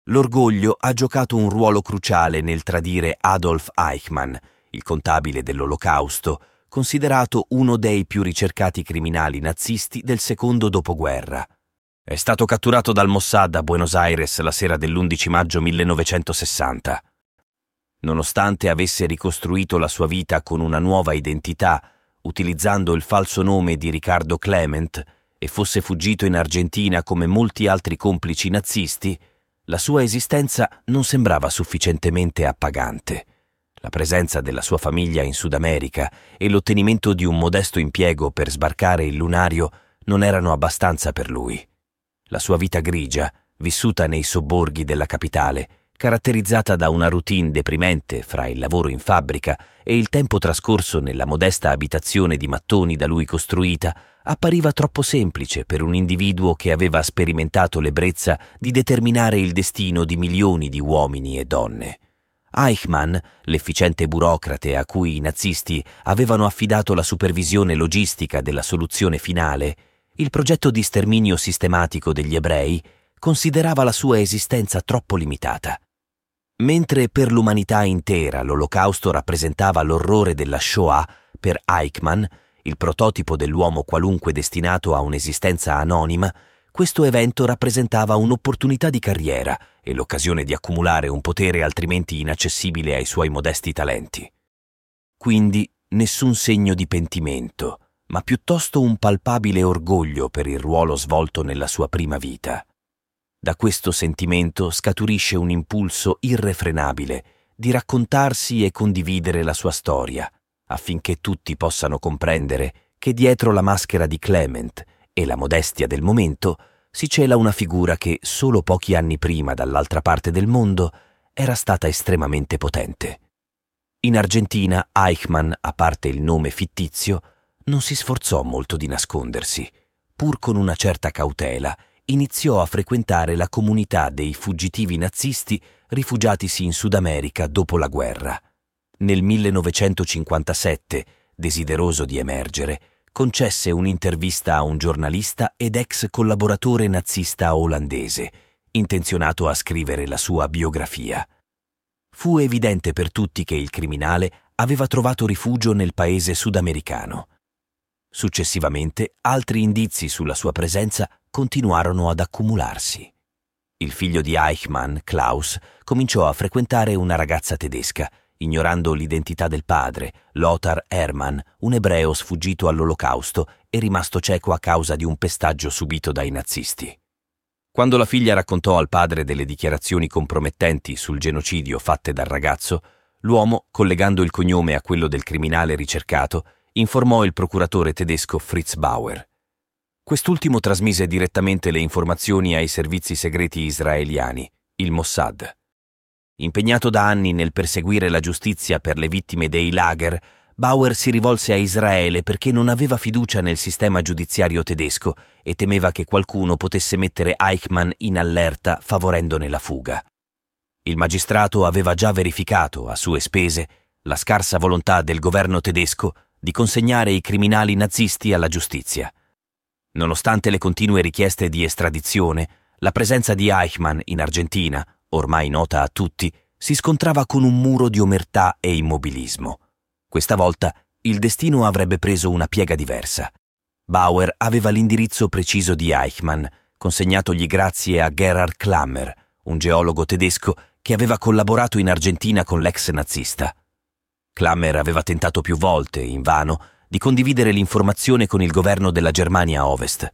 L'orgoglio ha giocato un ruolo cruciale nel tradire Adolf Eichmann, il contabile dell'Olocausto, considerato uno dei più ricercati criminali nazisti del secondo dopoguerra. È stato catturato dal Mossad a Buenos Aires la sera dell'11 maggio 1960. Nonostante avesse ricostruito la sua vita con una nuova identità, utilizzando il falso nome di Ricardo Clement, e fosse fuggito in Argentina come molti altri complici nazisti, la sua esistenza non sembrava sufficientemente appagante. La presenza della sua famiglia in Sud America e l'ottenimento di un modesto impiego per sbarcare il lunario non erano abbastanza per lui. La sua vita grigia, vissuta nei sobborghi della capitale, caratterizzata da una routine deprimente fra il lavoro in fabbrica e il tempo trascorso nella modesta abitazione di mattoni da lui costruita, appariva troppo semplice per un individuo che aveva sperimentato l'ebbrezza di determinare il destino di milioni di uomini e donne. Eichmann, l'efficiente burocrate a cui i nazisti avevano affidato la supervisione logistica della soluzione finale, il progetto di sterminio sistematico degli ebrei, considerava la sua esistenza troppo limitata. Mentre per l'umanità intera l'Olocausto rappresentava l'orrore della Shoah, per Eichmann, il prototipo dell'uomo qualunque destinato a un'esistenza anonima, questo evento rappresentava un'opportunità di carriera e l'occasione di accumulare un potere altrimenti inaccessibile ai suoi modesti talenti. Quindi nessun segno di pentimento, ma piuttosto un palpabile orgoglio per il ruolo svolto nella sua prima vita. Da questo sentimento scaturisce un impulso irrefrenabile di raccontarsi e condividere la sua storia, affinché tutti possano comprendere che dietro la maschera di Clement e la modestia del momento si cela una figura che solo pochi anni prima dall'altra parte del mondo era stata estremamente potente. In Argentina Eichmann, a parte il nome fittizio, non si sforzò molto di nascondersi. Pur con una certa cautela, iniziò a frequentare la comunità dei fuggitivi nazisti rifugiatisi in Sud America dopo la guerra. Nel 1957, desideroso di emergere, concesse un'intervista a un giornalista ed ex collaboratore nazista olandese, intenzionato a scrivere la sua biografia. Fu evidente per tutti che il criminale aveva trovato rifugio nel paese sudamericano. Successivamente, altri indizi sulla sua presenza continuarono ad accumularsi. Il figlio di Eichmann, Klaus, cominciò a frequentare una ragazza tedesca, ignorando l'identità del padre, Lothar Hermann, un ebreo sfuggito all'Olocausto e rimasto cieco a causa di un pestaggio subito dai nazisti. Quando la figlia raccontò al padre delle dichiarazioni compromettenti sul genocidio fatte dal ragazzo, l'uomo, collegando il cognome a quello del criminale ricercato, informò il procuratore tedesco Fritz Bauer. Quest'ultimo trasmise direttamente le informazioni ai servizi segreti israeliani, il Mossad. Impegnato da anni nel perseguire la giustizia per le vittime dei lager, Bauer si rivolse a Israele perché non aveva fiducia nel sistema giudiziario tedesco e temeva che qualcuno potesse mettere Eichmann in allerta favorendone la fuga. Il magistrato aveva già verificato, a sue spese, la scarsa volontà del governo tedesco di consegnare i criminali nazisti alla giustizia. Nonostante le continue richieste di estradizione, la presenza di Eichmann in Argentina, ormai nota a tutti, si scontrava con un muro di omertà e immobilismo. Questa volta il destino avrebbe preso una piega diversa. Bauer aveva l'indirizzo preciso di Eichmann, consegnatogli grazie a Gerhard Klammer, un geologo tedesco che aveva collaborato in Argentina con l'ex nazista. Klammer aveva tentato più volte, invano, di condividere l'informazione con il governo della Germania Ovest.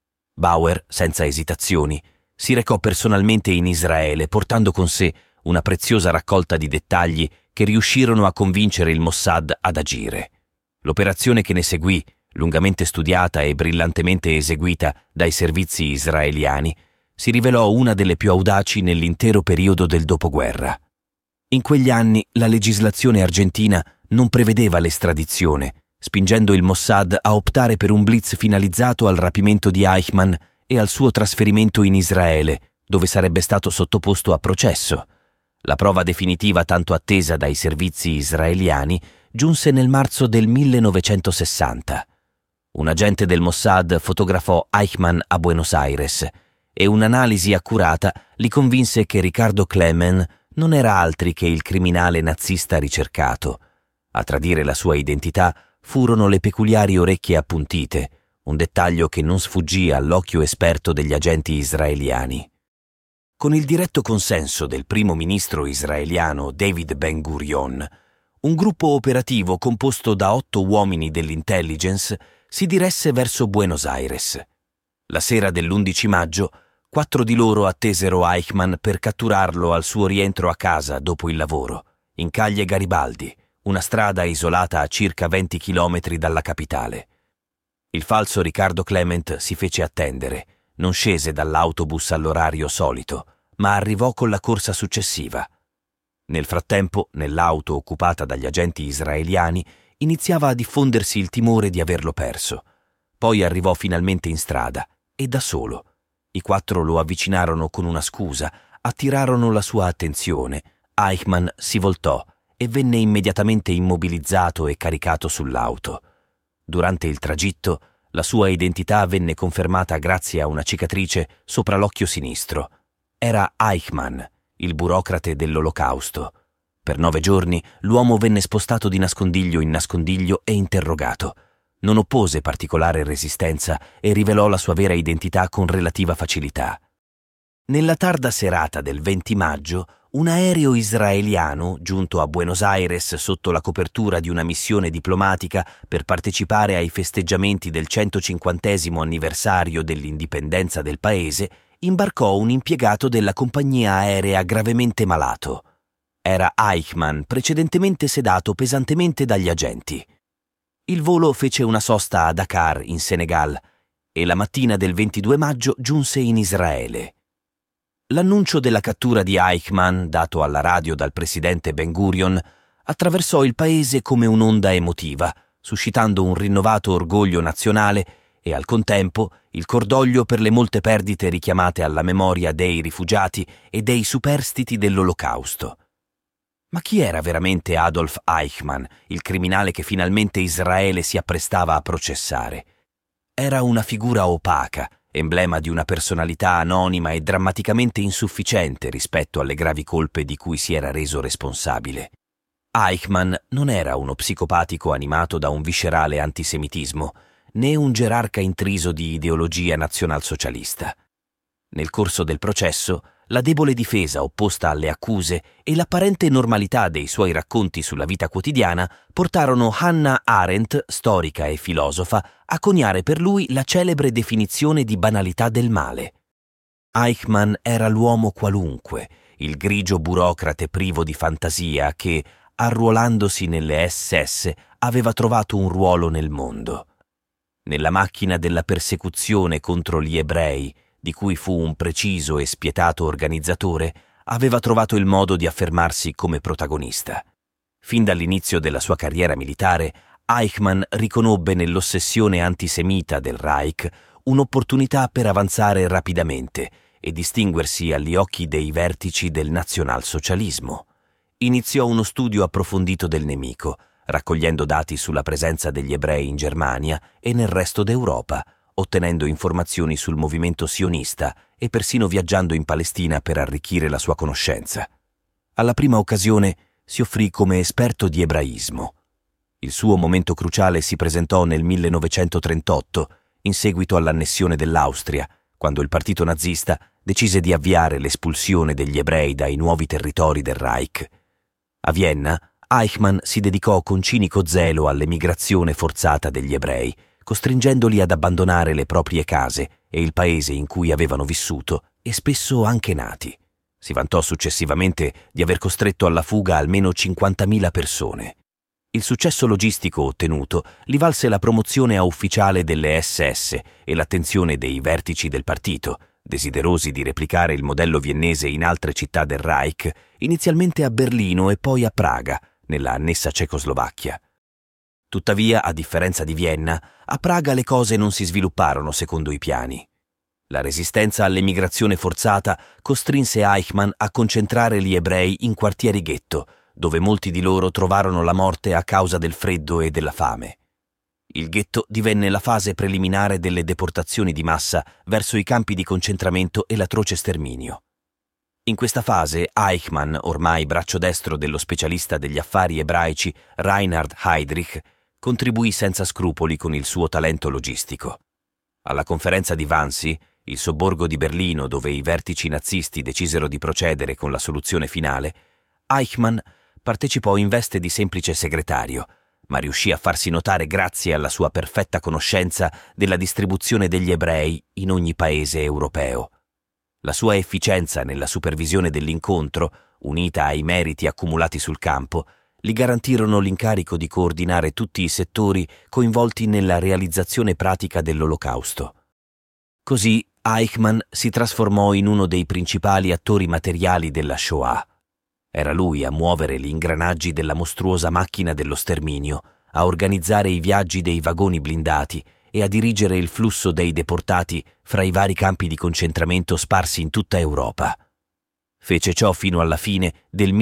Bauer, senza esitazioni, si recò personalmente in Israele portando con sé una preziosa raccolta di dettagli che riuscirono a convincere il Mossad ad agire. L'operazione che ne seguì, lungamente studiata e brillantemente eseguita dai servizi israeliani, si rivelò una delle più audaci nell'intero periodo del dopoguerra. In quegli anni la legislazione argentina non prevedeva l'estradizione, spingendo il Mossad a optare per un blitz finalizzato al rapimento di Eichmann e al suo trasferimento in Israele, dove sarebbe stato sottoposto a processo. La prova definitiva tanto attesa dai servizi israeliani giunse nel marzo del 1960. Un agente del Mossad fotografò Eichmann a Buenos Aires e un'analisi accurata li convinse che Ricardo Klement non era altri che il criminale nazista ricercato. A tradire la sua identità furono le peculiari orecchie appuntite, un dettaglio che non sfuggì all'occhio esperto degli agenti israeliani. Con il diretto consenso del primo ministro israeliano David Ben-Gurion, un gruppo operativo composto da 8 uomini dell'intelligence si diresse verso Buenos Aires. La sera dell'11 maggio, 4 di loro attesero Eichmann per catturarlo al suo rientro a casa dopo il lavoro, in Calle Garibaldi, una strada isolata a circa 20 chilometri dalla capitale. Il falso Ricardo Klement si fece attendere, non scese dall'autobus all'orario solito, ma arrivò con la corsa successiva. Nel frattempo, nell'auto occupata dagli agenti israeliani, iniziava a diffondersi il timore di averlo perso. Poi arrivò finalmente in strada, e da solo. I 4 lo avvicinarono con una scusa, attirarono la sua attenzione. Eichmann si voltò e venne immediatamente immobilizzato e caricato sull'auto. Durante il tragitto, la sua identità venne confermata grazie a una cicatrice sopra l'occhio sinistro. Era Eichmann, il burocrate dell'Olocausto. Per 9 giorni l'uomo venne spostato di nascondiglio in nascondiglio e interrogato. Non oppose particolare resistenza e rivelò la sua vera identità con relativa facilità. Nella tarda serata del 20 maggio, un aereo israeliano, giunto a Buenos Aires sotto la copertura di una missione diplomatica per partecipare ai festeggiamenti del 150° anniversario dell'indipendenza del paese, imbarcò un impiegato della compagnia aerea gravemente malato. Era Eichmann, precedentemente sedato pesantemente dagli agenti. Il volo fece una sosta a Dakar, in Senegal, e la mattina del 22 maggio giunse in Israele. L'annuncio della cattura di Eichmann, dato alla radio dal presidente Ben-Gurion, attraversò il paese come un'onda emotiva, suscitando un rinnovato orgoglio nazionale e al contempo il cordoglio per le molte perdite richiamate alla memoria dei rifugiati e dei superstiti dell'Olocausto. Ma chi era veramente Adolf Eichmann, il criminale che finalmente Israele si apprestava a processare? Era una figura opaca, emblema di una personalità anonima e drammaticamente insufficiente rispetto alle gravi colpe di cui si era reso responsabile. Eichmann non era uno psicopatico animato da un viscerale antisemitismo, né un gerarca intriso di ideologia nazionalsocialista. Nel corso del processo, la debole difesa opposta alle accuse e l'apparente normalità dei suoi racconti sulla vita quotidiana portarono Hannah Arendt, storica e filosofa, a coniare per lui la celebre definizione di banalità del male. Eichmann era l'uomo qualunque, il grigio burocrate privo di fantasia che, arruolandosi nelle SS, aveva trovato un ruolo nel mondo. Nella macchina della persecuzione contro gli ebrei, di cui fu un preciso e spietato organizzatore, aveva trovato il modo di affermarsi come protagonista. Fin dall'inizio della sua carriera militare, Eichmann riconobbe nell'ossessione antisemita del Reich un'opportunità per avanzare rapidamente e distinguersi agli occhi dei vertici del nazionalsocialismo. Iniziò uno studio approfondito del nemico, raccogliendo dati sulla presenza degli ebrei in Germania e nel resto d'Europa, ottenendo informazioni sul movimento sionista e persino viaggiando in Palestina per arricchire la sua conoscenza. Alla prima occasione si offrì come esperto di ebraismo. Il suo momento cruciale si presentò nel 1938, in seguito all'annessione dell'Austria, quando il partito nazista decise di avviare l'espulsione degli ebrei dai nuovi territori del Reich. A Vienna, Eichmann si dedicò con cinico zelo all'emigrazione forzata degli ebrei, costringendoli ad abbandonare le proprie case e il paese in cui avevano vissuto e spesso anche nati. Si vantò successivamente di aver costretto alla fuga almeno 50.000 persone. Il successo logistico ottenuto gli valse la promozione a ufficiale delle SS e l'attenzione dei vertici del partito, desiderosi di replicare il modello viennese in altre città del Reich, inizialmente a Berlino e poi a Praga, nella annessa Cecoslovacchia. Tuttavia, a differenza di Vienna, a Praga le cose non si svilupparono secondo i piani. La resistenza all'emigrazione forzata costrinse Eichmann a concentrare gli ebrei in quartieri ghetto, dove molti di loro trovarono la morte a causa del freddo e della fame. il ghetto divenne la fase preliminare delle deportazioni di massa verso i campi di concentramento e l'atroce sterminio. In questa fase Eichmann, ormai braccio destro dello specialista degli affari ebraici Reinhard Heydrich, contribuì senza scrupoli con il suo talento logistico. Alla conferenza di Wannsee, il sobborgo di Berlino dove i vertici nazisti decisero di procedere con la soluzione finale, Eichmann partecipò in veste di semplice segretario, ma riuscì a farsi notare grazie alla sua perfetta conoscenza della distribuzione degli ebrei in ogni paese europeo. La sua efficienza nella supervisione dell'incontro, unita ai meriti accumulati sul campo, gli garantirono l'incarico di coordinare tutti i settori coinvolti nella realizzazione pratica dell'Olocausto. Così Eichmann si trasformò in uno dei principali attori materiali della Shoah. Era lui a muovere gli ingranaggi della mostruosa macchina dello sterminio, a organizzare i viaggi dei vagoni blindati e a dirigere il flusso dei deportati fra i vari campi di concentramento sparsi in tutta Europa. Fece ciò fino alla fine del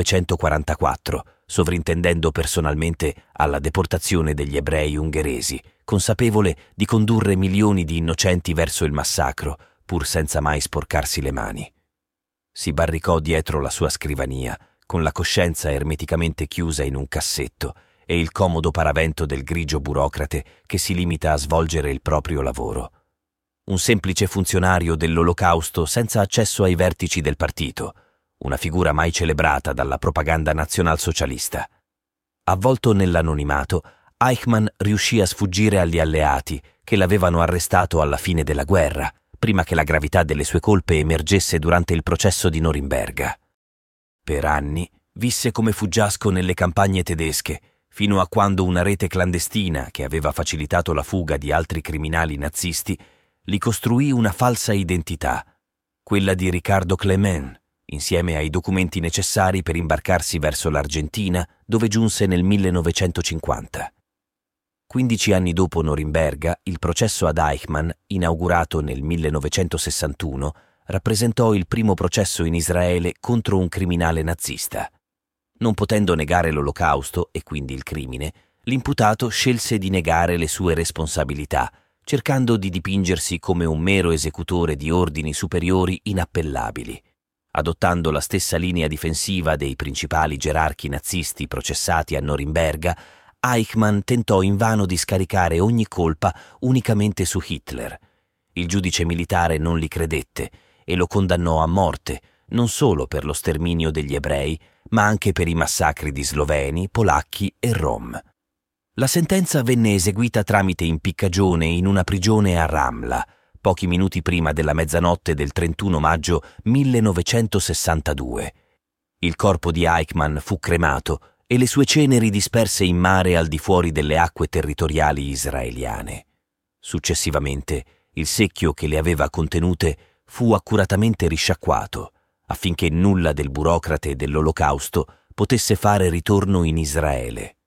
1944, sovrintendendo personalmente alla deportazione degli ebrei ungheresi, consapevole di condurre milioni di innocenti verso il massacro, pur senza mai sporcarsi le mani. Si barricò dietro la sua scrivania, con la coscienza ermeticamente chiusa in un cassetto e il comodo paravento del grigio burocrate che si limita a svolgere il proprio lavoro. Un semplice funzionario dell'Olocausto senza accesso ai vertici del partito, una figura mai celebrata dalla propaganda nazionalsocialista. Avvolto nell'anonimato, Eichmann riuscì a sfuggire agli alleati che l'avevano arrestato alla fine della guerra, prima che la gravità delle sue colpe emergesse durante il processo di Norimberga. Per anni visse come fuggiasco nelle campagne tedesche, fino a quando una rete clandestina che aveva facilitato la fuga di altri criminali nazisti gli costruì una falsa identità, quella di Riccardo Clement, insieme ai documenti necessari per imbarcarsi verso l'Argentina, dove giunse nel 1950. 15 anni dopo Norimberga, il processo ad Eichmann, inaugurato nel 1961, rappresentò il primo processo in Israele contro un criminale nazista. Non potendo negare l'Olocausto e quindi il crimine, l'imputato scelse di negare le sue responsabilità, cercando di dipingersi come un mero esecutore di ordini superiori inappellabili. Adottando la stessa linea difensiva dei principali gerarchi nazisti processati a Norimberga, Eichmann tentò invano di scaricare ogni colpa unicamente su Hitler. Il giudice militare non gli credette e lo condannò a morte, non solo per lo sterminio degli ebrei, ma anche per i massacri di sloveni, polacchi e rom. La sentenza venne eseguita tramite impiccagione in una prigione a Ramla, pochi minuti prima della mezzanotte del 31 maggio 1962. Il corpo di Eichmann fu cremato e le sue ceneri disperse in mare al di fuori delle acque territoriali israeliane. Successivamente, il secchio che le aveva contenute fu accuratamente risciacquato, affinché nulla del burocrate dell'Olocausto potesse fare ritorno in Israele.